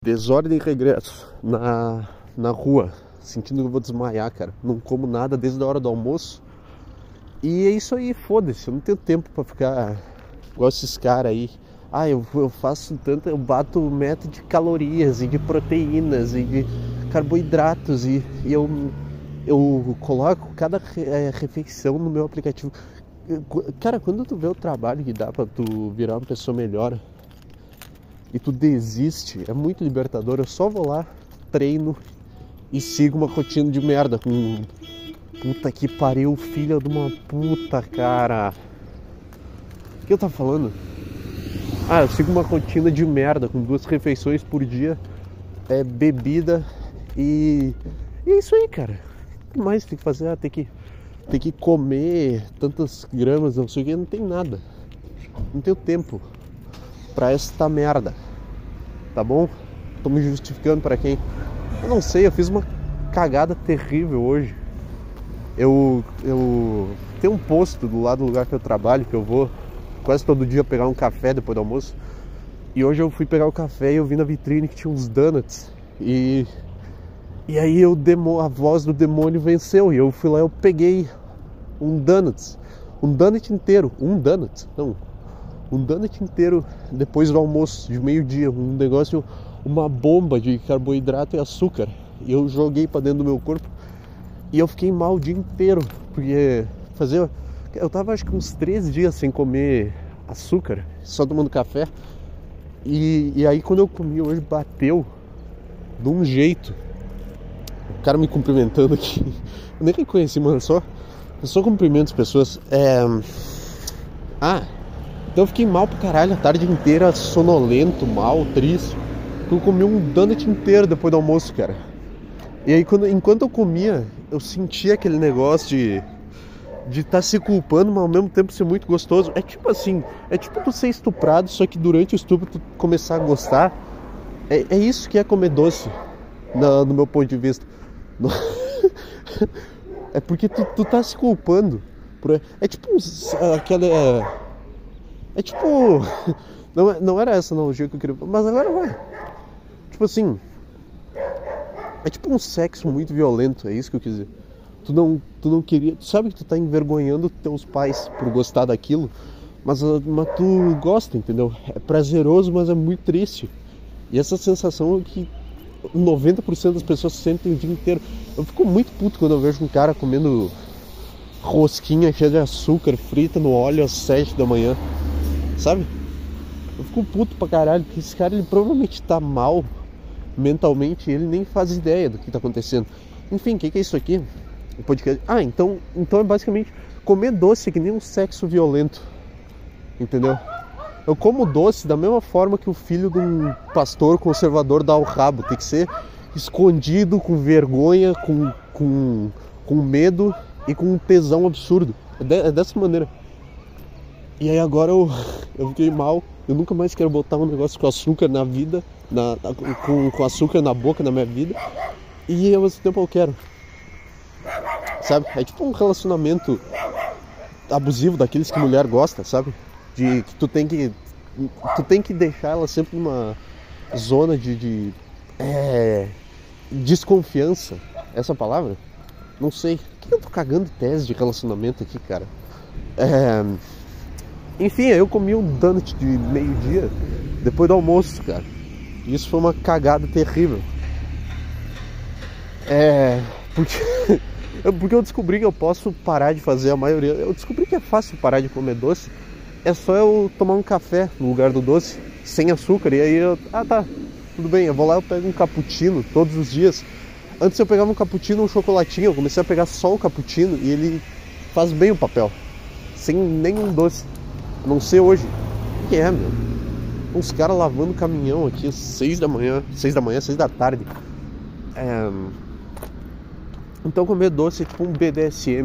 Desordem e regresso na rua, sentindo que eu vou desmaiar, cara. Não como nada desde a hora do almoço. E é isso aí, foda-se. Eu não tenho tempo pra ficar igual esses caras aí. Eu faço tanto, eu bato meta de calorias e de proteínas e de carboidratos e eu coloco cada refeição no meu aplicativo. Cara, quando tu vê o trabalho que dá pra tu virar uma pessoa melhor e tu desiste, é muito libertador. Eu só vou lá, treino e sigo uma rotina de merda com... Puta que pariu, filha de uma puta, cara. O que eu tava falando? Eu sigo uma rotina de merda com 2 refeições por dia, bebida e é isso aí, cara. O que mais tem que fazer? Tem que comer tantas gramas, não sei o que, não tem nada. Não tenho tempo pra esta merda, tá bom? Tô me justificando pra quem? Eu não sei, eu fiz uma cagada terrível hoje. Eu tenho um posto do lado do lugar que eu trabalho, que eu vou quase todo dia pegar um café depois do almoço. E hoje eu fui pegar o café e eu vi na vitrine que tinha uns donuts. E aí a voz do demônio venceu. E eu fui lá e eu peguei um donut inteiro. Um donut inteiro depois do almoço, de meio-dia. Um negócio, uma bomba de carboidrato e açúcar. E eu joguei pra dentro do meu corpo. E eu fiquei mal o dia inteiro. Porque eu tava acho que uns 3 dias sem comer açúcar, só tomando café. E aí quando eu comi hoje, bateu de um jeito. O cara me cumprimentando aqui. Eu nem reconheci, mano. Eu só cumprimento as pessoas. Então eu fiquei mal pra caralho a tarde inteira, sonolento, mal, triste. Eu comi um donut inteiro depois do almoço, cara. E aí enquanto eu comia, eu sentia aquele negócio de estar se culpando, mas ao mesmo tempo ser muito gostoso. É tipo assim, é tipo tu ser estuprado, só que durante o estupro tu começar a gostar. É isso que é comer doce, no meu ponto de vista. É porque tu tá se culpando. É tipo aquela... É tipo... Não era essa analogia que eu queria... Mas agora vai. Tipo assim... É tipo um sexo muito violento, é isso que eu quis dizer. Tu não queria... Tu sabe que tu tá envergonhando teus pais por gostar daquilo, mas tu gosta, entendeu? É prazeroso, mas é muito triste. E essa sensação é que 90% das pessoas sentem o dia inteiro. Eu fico muito puto quando eu vejo um cara comendo rosquinha cheia de açúcar frita no óleo às 7 da manhã, sabe? Eu fico puto pra caralho, porque esse cara, ele provavelmente tá mal mentalmente, ele nem faz ideia do que tá acontecendo. Enfim, o que é isso aqui? O podcast. Então é basicamente comer doce que nem um sexo violento, entendeu? Eu como doce da mesma forma que o filho de um pastor conservador dá o rabo. Tem que ser escondido, com vergonha, com medo e com um tesão absurdo. É dessa maneira. E aí agora eu fiquei mal. Eu nunca mais quero botar um negócio com açúcar na vida, com açúcar na boca na minha vida. E ao mesmo tempo eu quero. Sabe? É tipo um relacionamento abusivo daqueles que mulher gosta, sabe? De que tu tem que deixar ela sempre numa zona de desconfiança. Essa palavra? Não sei. Por que eu tô cagando tese de relacionamento aqui, cara? Enfim, eu comi um donut de meio-dia depois do almoço, cara. Isso foi uma cagada terrível. Porque eu descobri que eu posso parar de fazer a maioria. Eu descobri que é fácil parar de comer doce. É só eu tomar um café no lugar do doce, sem açúcar. E aí tá, tudo bem, eu vou lá, eu pego um cappuccino todos os dias. Antes eu pegava um cappuccino, um chocolatinho. Eu comecei a pegar só o cappuccino e ele faz bem o papel, sem nenhum doce. A não ser hoje. O que é, meu? Uns caras lavando caminhão aqui às 6 da tarde. Então comer doce é tipo um BDSM.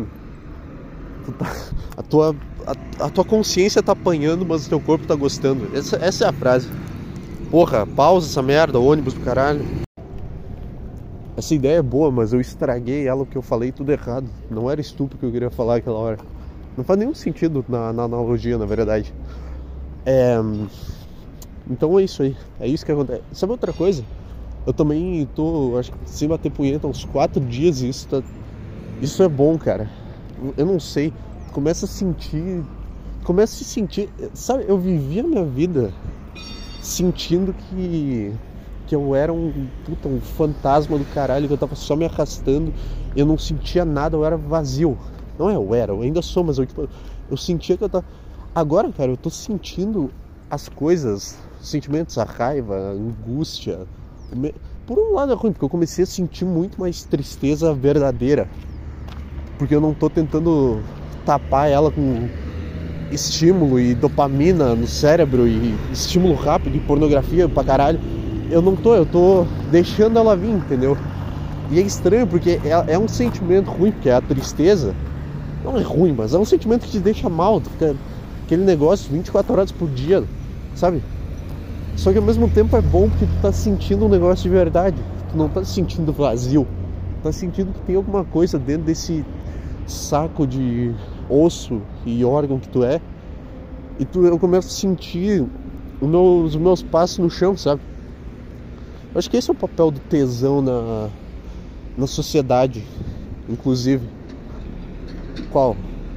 A tua consciência tá apanhando, mas o teu corpo tá gostando. Essa é a frase. Porra, pausa essa merda, ônibus do caralho. Essa ideia é boa, mas eu estraguei ela porque eu falei tudo errado. Não era estupro que eu queria falar aquela hora. Não faz nenhum sentido na analogia, na verdade. Então é isso aí. É isso que acontece. Sabe outra coisa? Eu também tô, acho que sem bater punheta há uns 4 dias e isso é bom, cara. Eu não sei, começa a se sentir, sabe, eu vivi a minha vida sentindo que eu era um fantasma do caralho, que eu tava só me arrastando, eu não sentia nada, eu era vazio. Não é eu ainda sou, mas eu sentia que eu tava... Agora, cara, eu tô sentindo as coisas, os sentimentos, a raiva, a angústia. Por um lado é ruim, porque eu comecei a sentir muito mais tristeza verdadeira, porque eu não tô tentando tapar ela com estímulo e dopamina no cérebro e estímulo rápido e pornografia pra caralho. Eu tô deixando ela vir, entendeu? E é estranho porque é um sentimento ruim, porque a tristeza não é ruim, mas é um sentimento que te deixa mal, tu fica aquele negócio 24 horas por dia, sabe? Só que ao mesmo tempo é bom porque tu tá sentindo um negócio de verdade, tu não tá se sentindo vazio, tu tá sentindo que tem alguma coisa dentro desse saco de osso e órgão que tu é, e eu começo a sentir os meus passos no chão, sabe? Eu acho que esse é o papel do tesão na sociedade, inclusive. Qual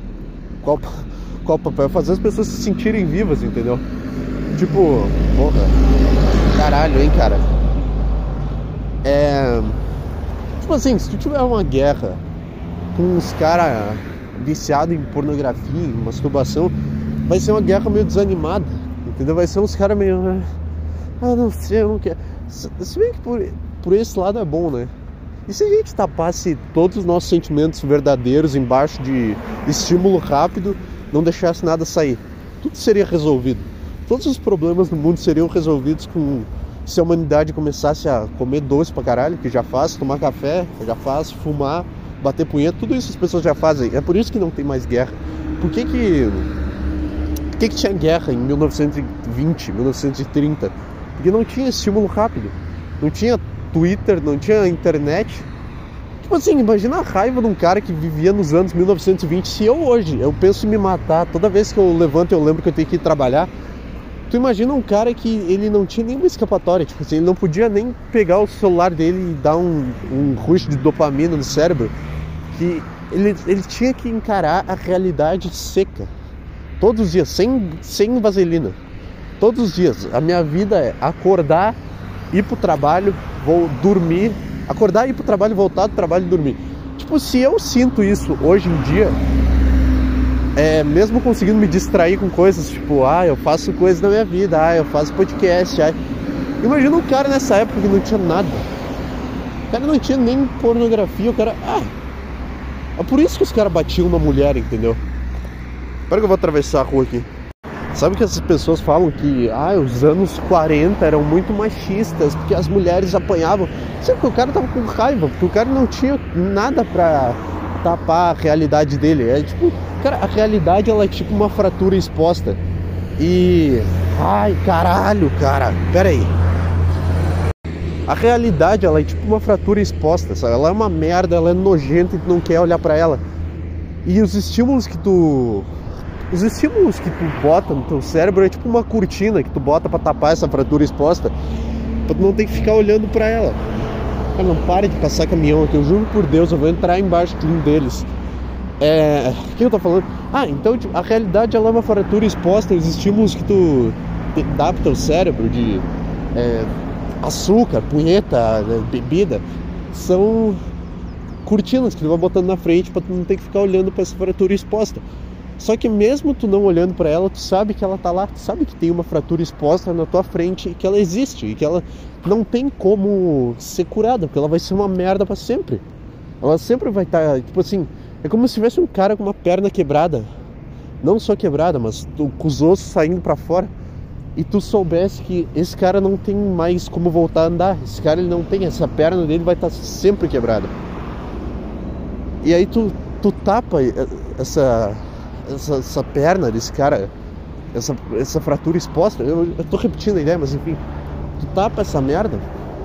papel? Fazer as pessoas se sentirem vivas, entendeu? Tipo, porra, caralho, hein, cara. Tipo assim, se tu tiver uma guerra com uns caras viciados em pornografia, em masturbação, vai ser uma guerra meio desanimada, entendeu? Vai ser uns caras meio... não sei, eu não quero... Se bem que por esse lado é bom, né? E se a gente tapasse todos os nossos sentimentos verdadeiros embaixo de estímulo rápido, não deixasse nada sair? Tudo seria resolvido. Todos os problemas do mundo seriam resolvidos se a humanidade começasse a comer doce pra caralho, que já faz, tomar café, já faz, fumar, bater punheta, tudo isso as pessoas já fazem. É por isso que não tem mais guerra. Por que tinha guerra em 1920, 1930? Porque não tinha estímulo rápido, não tinha Twitter, não tinha internet. Tipo assim, imagina a raiva de um cara que vivia nos anos 1920. Se eu penso em me matar, toda vez que eu levanto eu lembro que eu tenho que ir trabalhar. Tu imagina um cara que ele não tinha nenhuma escapatória, tipo assim, ele não podia nem pegar o celular dele e dar um rush de dopamina no cérebro, que ele tinha que encarar a realidade seca, todos os dias, sem vaselina. Todos os dias. A minha vida é acordar, ir pro trabalho, vou dormir, acordar, ir pro trabalho, voltar do trabalho e dormir. Tipo, se eu sinto isso hoje em dia, mesmo conseguindo me distrair com coisas, tipo, eu faço coisas na minha vida, eu faço podcast, Imagina um cara nessa época que não tinha nada. O cara não tinha nem pornografia, o cara... É por isso que os caras batiam na mulher, entendeu? Espera que eu vou atravessar a rua aqui. Sabe que essas pessoas falam que os anos 40 eram muito machistas, porque as mulheres apanhavam. Sabe que o cara tava com raiva, porque o cara não tinha nada pra tapar a realidade dele. É tipo, cara, a realidade ela é tipo uma fratura exposta. E... ai, caralho, cara, pera aí. A realidade ela é tipo uma fratura exposta, sabe? Ela é uma merda, ela é nojenta e tu não quer olhar pra ela. E os estímulos que tu bota no teu cérebro é tipo uma cortina que tu bota pra tapar essa fratura exposta, pra tu não ter que ficar olhando pra ela. Cara, não pare de passar caminhão aqui, eu juro por Deus, eu vou entrar embaixo de um deles. O que eu tô falando? Então tipo, a realidade ela é uma fratura exposta, os estímulos que tu dá pro teu cérebro de açúcar, punheta, bebida, são cortinas que tu vai botando na frente pra tu não ter que ficar olhando pra essa fratura exposta. Só que mesmo tu não olhando pra ela, tu sabe que ela tá lá, tu sabe que tem uma fratura exposta na tua frente, que ela existe, e que ela não tem como ser curada, porque ela vai ser uma merda pra sempre. Ela sempre vai estar, tipo assim, é como se tivesse um cara com uma perna quebrada, não só quebrada, mas com os ossos saindo pra fora, e tu soubesse que esse cara não tem mais como voltar a andar, esse cara ele não tem, essa perna dele vai estar sempre quebrada. E aí tu tapa essa perna desse cara, essa fratura exposta, eu tô repetindo a ideia, mas enfim, tu tapa essa merda,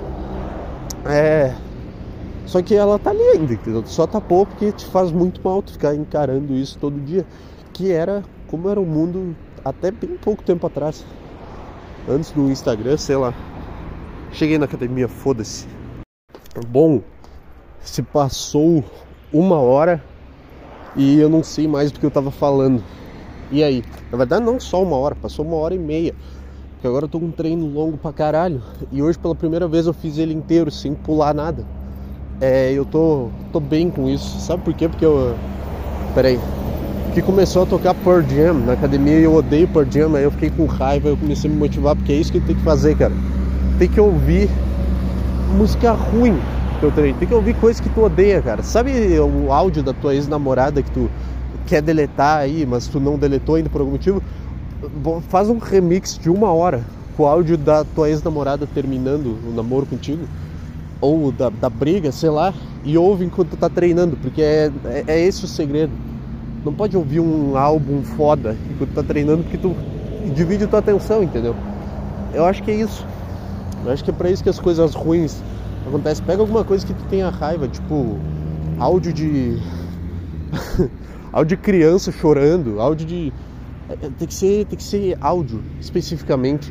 só que ela tá ali ainda, entendeu? Tu só tapou porque te faz muito mal tu ficar encarando isso todo dia, que era como era o mundo até bem pouco tempo atrás, antes do Instagram, sei lá. Cheguei na academia, foda-se. Bom, se passou 1 hora e eu não sei mais do que eu tava falando. E aí? Na verdade não só 1 hora, passou 1h30. Porque agora eu tô com um treino longo pra caralho. E hoje pela primeira vez eu fiz ele inteiro, sem pular nada. Eu tô bem com isso. Sabe por quê? Porque peraí. Que começou a tocar Pearl Jam na academia e eu odeio Pearl Jam. Aí eu fiquei com raiva, eu comecei a me motivar. Porque é isso que tem que fazer, cara. Tem que ouvir música ruim que eu treino. Tem que ouvir coisa que tu odeia, cara. Sabe o áudio da tua ex-namorada que tu quer deletar aí, mas tu não deletou ainda por algum motivo? Faz um remix de 1 hora com o áudio da tua ex-namorada terminando o namoro contigo, ou da briga, sei lá, e ouve enquanto tu tá treinando, porque é esse o segredo. Não pode ouvir um álbum foda enquanto tu tá treinando, porque tu divide tua atenção, entendeu? Eu acho que é isso. Eu acho que é pra isso que as coisas ruins acontecem. Pega alguma coisa que tu tenha raiva, tipo áudio de áudio de criança chorando, áudio de... Tem que ser áudio, especificamente.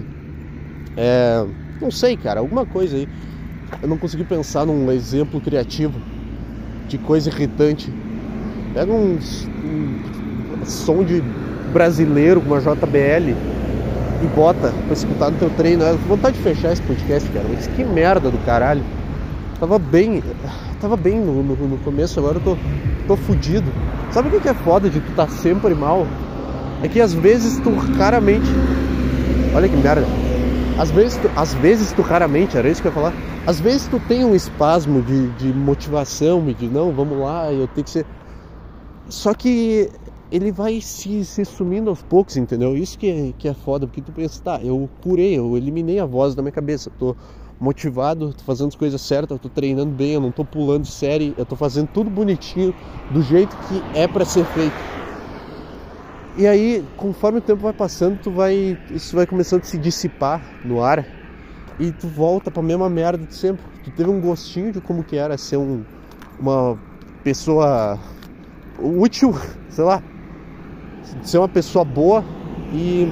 Não sei, cara, alguma coisa aí. Eu não consegui pensar num exemplo criativo de coisa irritante. Pega um som de brasileiro com uma JBL e bota pra escutar no teu treino. Eu tô com vontade de fechar esse podcast, cara. Mas que merda do caralho. Tava bem no começo, agora eu tô fudido. Sabe o que é foda de tu tá sempre mal? É que às vezes tu raramente... Olha que merda. Às vezes tu raramente, era isso que eu ia falar. Às vezes tu tem um espasmo de motivação e de não, vamos lá, eu tenho que ser... Só que ele vai se sumindo aos poucos, entendeu? Isso que é foda, porque tu pensa, tá, eu curei, eu eliminei a voz da minha cabeça, tô motivado, tô fazendo as coisas certas, eu tô treinando bem, eu não tô pulando série, eu tô fazendo tudo bonitinho, do jeito que é pra ser feito. E aí, conforme o tempo vai passando, isso vai começando a se dissipar no ar e tu volta pra mesma merda de sempre. Tu teve um gostinho de como que era ser uma pessoa útil, sei lá, ser uma pessoa boa e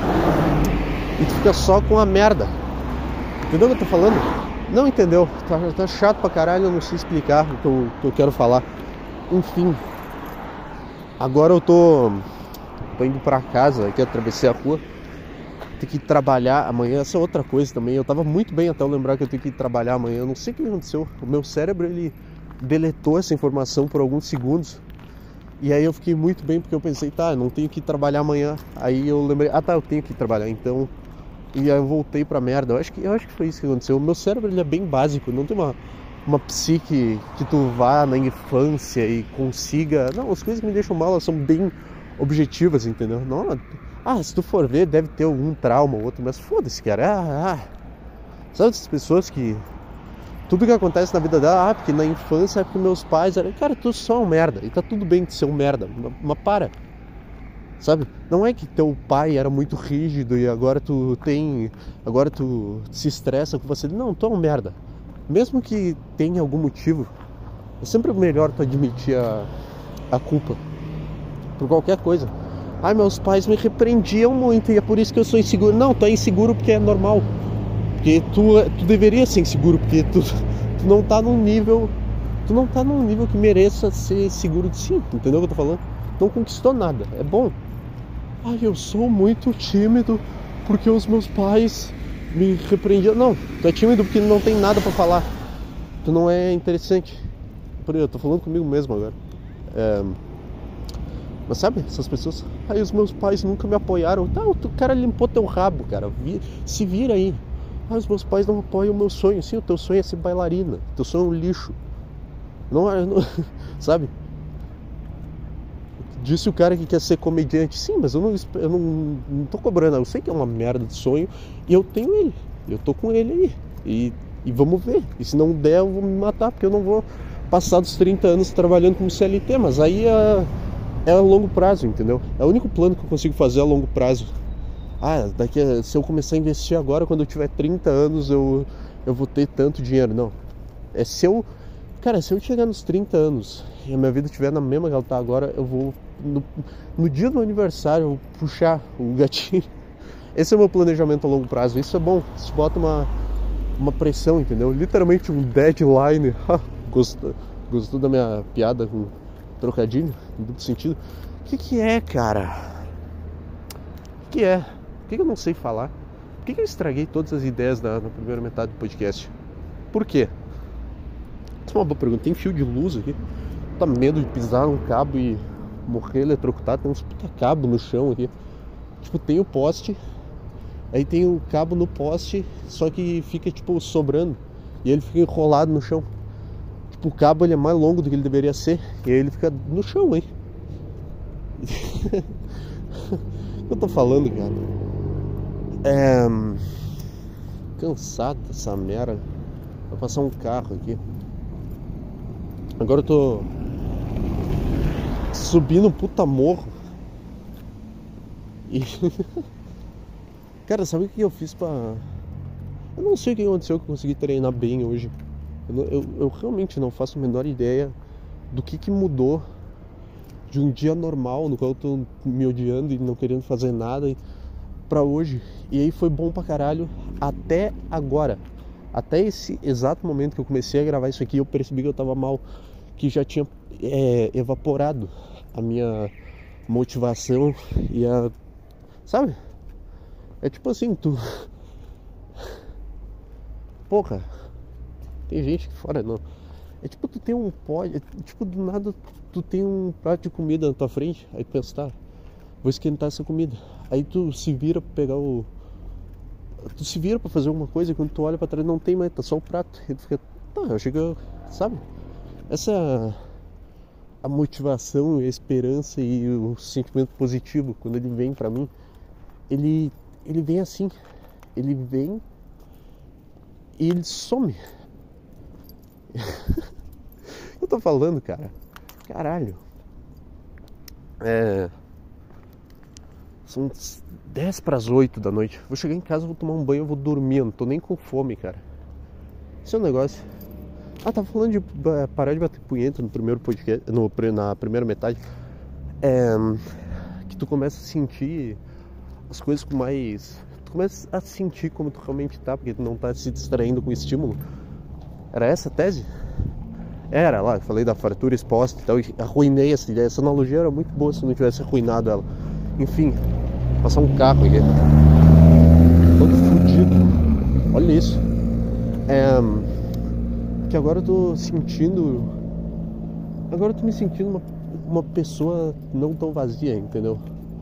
tu fica só com a merda. Entendeu o que eu tô falando? Não entendeu? Tá chato pra caralho, eu não sei explicar o que eu quero falar. Enfim, agora eu tô indo pra casa, aqui atravessei a rua. Tem que ir trabalhar amanhã, essa é outra coisa também. Eu tava muito bem até eu lembrar que eu tenho que ir trabalhar amanhã. Eu não sei o que aconteceu. O meu cérebro, ele deletou essa informação por alguns segundos. E aí eu fiquei muito bem, porque eu pensei, tá, eu não tenho que ir trabalhar amanhã. Aí eu lembrei, tá, eu tenho que ir trabalhar, então... E aí eu voltei pra merda. Eu acho que foi isso que aconteceu. O meu cérebro, ele é bem básico. Não tem uma psique que tu vá na infância e consiga... Não, as coisas que me deixam mal, elas são bem objetivas, entendeu? Não, se tu for ver, deve ter algum trauma ou outro, mas foda-se, cara. Sabe essas pessoas que tudo que acontece na vida dela, porque na infância é porque meus pais eram... Cara, tu só é um merda, e tá tudo bem de ser um merda, mas para, sabe? Não é que teu pai era muito rígido e agora tu se estressa com você. Não, tu é um merda. Mesmo que tenha algum motivo, é sempre melhor tu admitir a culpa por qualquer coisa. Meus pais me repreendiam muito e é por isso que eu sou inseguro. Não, tu é inseguro porque é normal. Porque tu deveria ser inseguro, porque tu não tá num nível... Tu não tá num nível que mereça ser seguro de si. Entendeu o que eu tô falando? Não conquistou nada. É bom. Eu sou muito tímido porque os meus pais me repreendiam. Não, tu é tímido porque não tem nada pra falar. Tu não é interessante. Eu tô falando comigo mesmo agora. Mas sabe, essas pessoas... os meus pais nunca me apoiaram. Tá, o cara limpou teu rabo, cara. Se vira aí. Os meus pais não apoiam o meu sonho. Sim, o teu sonho é ser bailarina. O teu sonho é um lixo. Não, sabe? Disse o cara que quer ser comediante. Sim, mas eu não tô cobrando. Eu sei que é uma merda de sonho. E eu tenho ele. Eu tô com ele aí. E vamos ver. E se não der, eu vou me matar. Porque eu não vou passar dos 30 anos trabalhando como CLT. Mas aí é a longo prazo, entendeu? É o único plano que eu consigo fazer a longo prazo. Se eu começar a investir agora, quando eu tiver 30 anos, eu vou ter tanto dinheiro. Não. Se eu chegar nos 30 anos e a minha vida estiver na mesma que ela tá agora, eu vou, no dia do meu aniversário, eu vou puxar o gatilho. Esse é o meu planejamento a longo prazo. Isso é bom. Isso bota uma uma pressão, entendeu? Literalmente um deadline. Gostou da minha piada com trocadilho, em duplo sentido? O que é, cara? O que é? Por que eu não sei falar? Por que eu estraguei todas as ideias na primeira metade do podcast? Por quê? Essa é uma boa pergunta. Tem fio de luz aqui? Tá medo de pisar num cabo e morrer eletrocutado? Tem uns puta cabo no chão aqui. Tipo, tem o poste, aí tem o cabo no poste, só que fica, tipo, sobrando. E ele fica enrolado no chão. Tipo, o cabo ele é mais longo do que ele deveria ser. E aí ele fica no chão, hein? O que eu tô falando, cara? Cansado dessa merda. Vai passar um carro aqui. Agora eu tô subindo um puta morro. E cara, sabe o que eu fiz pra... Eu não sei o que aconteceu, que eu consegui treinar bem hoje. Eu realmente não faço a menor ideia do que mudou de um dia normal, no qual eu tô me odiando e não querendo fazer nada, pra hoje. E aí foi bom pra caralho até agora. Até esse exato momento que eu comecei a gravar isso aqui, eu percebi que eu tava mal, que já tinha evaporado a minha motivação e a... Sabe? É tipo assim, tu... Porra, tem gente que fora não. É tipo, tu tem um pote, tipo, do nada tu tem um prato de comida na tua frente, aí tu pensa, tá, vou esquentar essa comida. Aí tu se vira pra pegar o... Tu se vira pra fazer alguma coisa e quando tu olha pra trás não tem mais, tá só o prato. E tu fica, tá, eu achei que eu... Sabe? Essa... A motivação, a esperança e o sentimento positivo, quando ele vem pra mim, ele vem assim. Ele vem e ele some. Eu tô falando, cara. Caralho. São 10 para as 8 da noite. Vou chegar em casa, vou tomar um banho, eu vou dormir. Eu não tô nem com fome, cara. Esse é um negócio. Ah, tava falando de parar de bater punheta no primeiro podcast, na primeira metade. Que tu começa a sentir as coisas com mais... Tu começa a sentir como tu realmente tá, porque tu não tá se distraindo com estímulo. Era essa a tese? Era lá, eu falei da fratura exposta e tal, e arruinei essa ideia. Essa analogia era muito boa se eu não tivesse arruinado ela. Enfim, passar um carro aqui. Todo fudido. Olha isso. Que agora eu tô sentindo... Agora eu tô me sentindo uma pessoa não tão vazia, entendeu?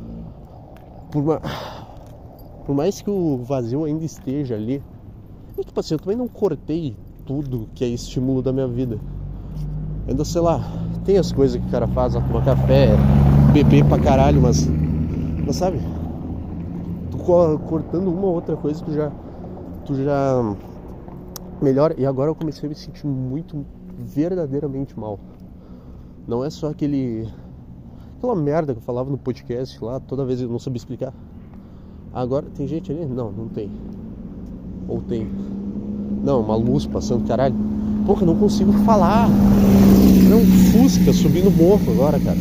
Por mais que o vazio ainda esteja ali, é tipo assim, eu também não cortei tudo que é estímulo da minha vida. Ainda, sei lá, tem as coisas que o cara faz, tomar café, beber pra caralho, mas sabe? Tu cortando uma ou outra coisa, tu já melhora. E agora eu comecei a me sentir muito, verdadeiramente mal. Não é só aquela merda que eu falava no podcast lá, toda vez eu não sabia explicar. Agora tem gente ali? Não tem. Ou tem? Não, uma luz passando, caralho. Porra, eu não consigo falar. É um Fusca subindo morro agora, cara.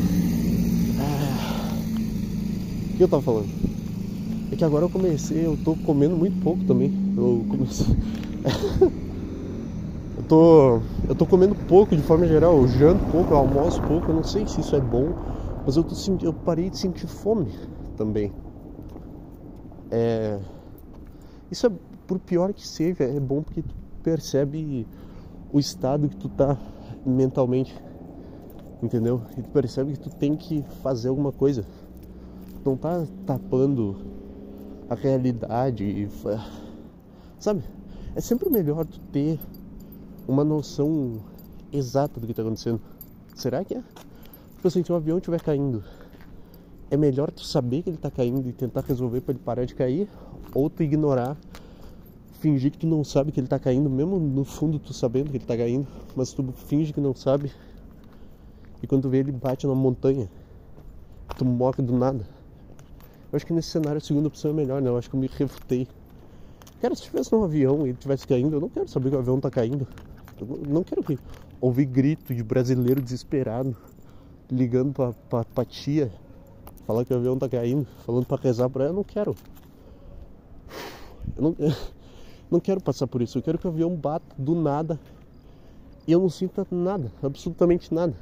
O que eu tava falando? É que agora eu tô comendo muito pouco também. Eu comecei... eu tô comendo pouco de forma geral. Eu janto pouco, eu almoço pouco. Eu não sei se isso é bom, mas eu parei de sentir fome também. Isso é, por pior que seja, é bom porque tu percebe o estado que tu tá mentalmente, entendeu? E tu percebe que tu tem que fazer alguma coisa. Tu não tá tapando a realidade, sabe? É sempre melhor tu ter uma noção exata do que tá acontecendo. Será que é? Tipo assim, se um avião estiver caindo, é melhor tu saber que ele tá caindo e tentar resolver pra ele parar de cair, ou tu ignorar, fingir que tu não sabe que ele tá caindo, mesmo no fundo tu sabendo que ele tá caindo, mas tu finge que não sabe, e quando tu vê ele bate na montanha, tu morre do nada. Eu acho que nesse cenário a segunda opção é melhor, né? Eu acho que eu me refutei. Cara, se estivesse num avião e ele estivesse caindo, eu não quero saber que o avião tá caindo. Eu não quero ouvir grito de brasileiro desesperado ligando pra tia, falar que o avião tá caindo, falando pra rezar pra ela. Eu não quero. Não quero passar por isso. Eu quero que o avião bata do nada e eu não sinta nada, absolutamente nada.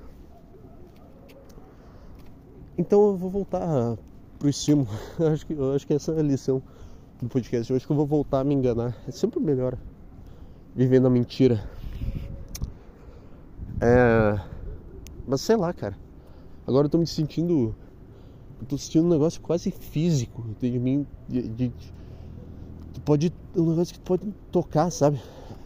Então eu vou voltar pro estímulo. Eu acho que essa é a lição do podcast. Eu acho que eu vou voltar a me enganar. É sempre melhor viver na mentira. Mas sei lá, cara. Agora eu tô sentindo um negócio quase físico de mim. Um negócio que tu pode tocar, sabe?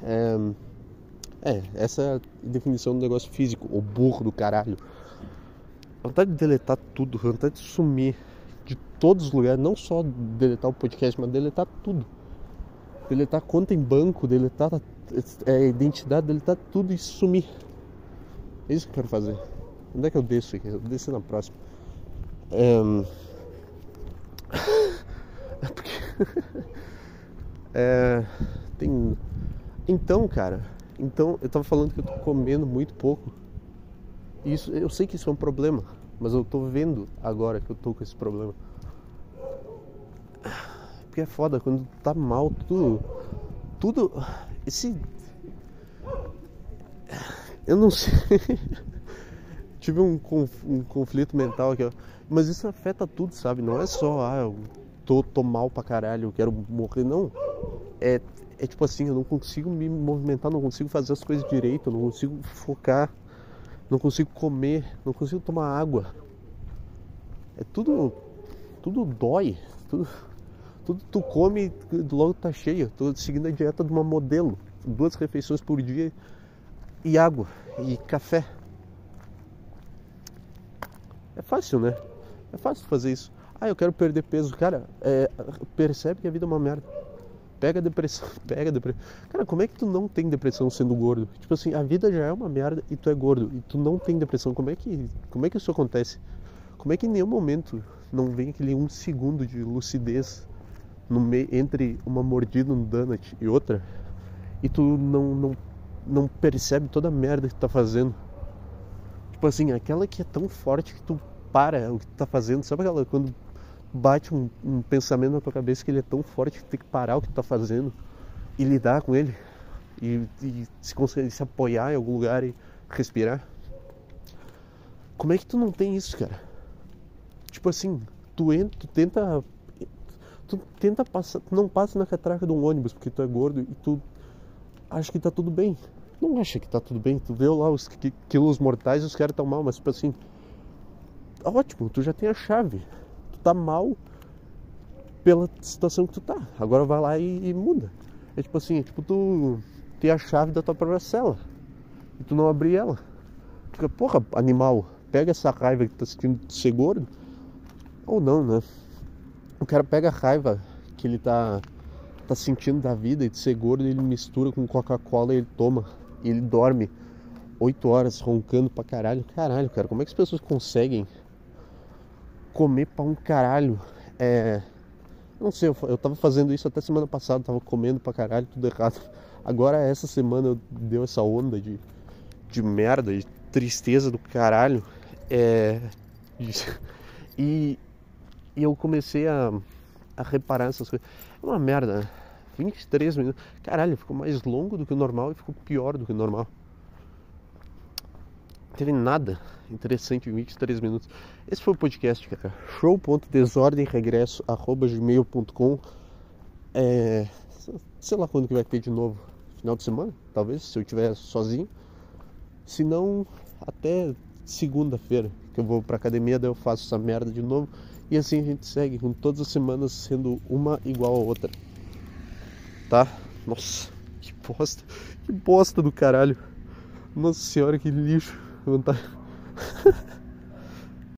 Essa é a definição do negócio físico. O burro do caralho. Vontade de deletar tudo. Vontade de sumir de todos os lugares. Não só deletar o podcast, mas deletar tudo. Deletar conta em banco, deletar identidade, deletar tudo e sumir. É isso que eu quero fazer. Onde é que eu desço aqui? Eu desço na próxima. Então, cara. Então, eu tava falando que eu tô comendo muito pouco. Isso, eu sei que isso é um problema, mas eu tô vendo agora que eu tô com esse problema. Porque é foda, quando tu tá mal, tudo eu não sei. Tive um conflito mental aqui, ó. Mas isso afeta tudo, sabe? Não é só, eu tô mal pra caralho, eu quero morrer, não. É tipo assim, eu não consigo me movimentar, não consigo fazer as coisas direito, eu não consigo focar, não consigo comer, não consigo tomar água. Tudo dói, tudo tu come e logo tá cheio. Tô seguindo a dieta de uma modelo, 2 refeições por dia e água e café. É fácil, né? É fácil fazer isso. Eu quero perder peso. Cara, percebe que a vida é uma merda. Pega a depressão. Cara, como é que tu não tem depressão sendo gordo? Tipo assim, a vida já é uma merda e tu é gordo. E tu não tem depressão. Como é que isso acontece? Como é que em nenhum momento não vem aquele 1 segundo de lucidez entre uma mordida no donut e outra? E tu não percebe toda a merda que tu tá fazendo? Tipo assim, aquela que é tão forte que tu para o que tu tá fazendo. Sabe aquela quando bate um pensamento na tua cabeça que ele é tão forte que tu tem que parar o que tu tá fazendo e lidar com ele e se conseguir se apoiar em algum lugar e respirar? Como é que tu não tem isso, cara? Tipo assim, tu tenta passar, tu não passa na catraca de um ônibus porque tu é gordo e tu acha que tá tudo bem. Não acha que tá tudo bem, tu vê lá os quilos mortais e os caras tão mal, mas tipo assim, ótimo, tu já tem a chave. Tu tá mal pela situação que tu tá. Agora vai lá e muda. É tipo assim, tu tem a chave da tua própria cela e tu não abrir ela. Tu fica, porra, animal, pega essa raiva que tu tá sentindo de ser gordo. Ou não, né? O cara pega a raiva que ele tá sentindo da vida e de ser gordo, ele mistura com Coca-Cola e ele toma. E ele dorme 8 horas roncando pra caralho. Caralho, cara, como é que as pessoas conseguem comer pra um caralho? Não sei, eu tava fazendo isso até semana passada, tava comendo pra caralho, tudo errado. Agora essa semana deu essa onda de merda, de tristeza do caralho. E eu comecei a reparar essas coisas. É uma merda, né? 23 minutos. Caralho, ficou mais longo do que o normal e ficou pior do que o normal. Não teve nada interessante em 23 minutos. Esse foi o podcast, cara. show.desordemregresso@gmail.com. Sei lá quando que vai ter de novo. Final de semana, talvez, se eu estiver sozinho. Se não, até segunda-feira, que eu vou pra academia, daí eu faço essa merda de novo. E assim a gente segue, com todas as semanas sendo uma igual a outra. Tá? Nossa, que bosta do caralho. Nossa senhora, que lixo. Vontade.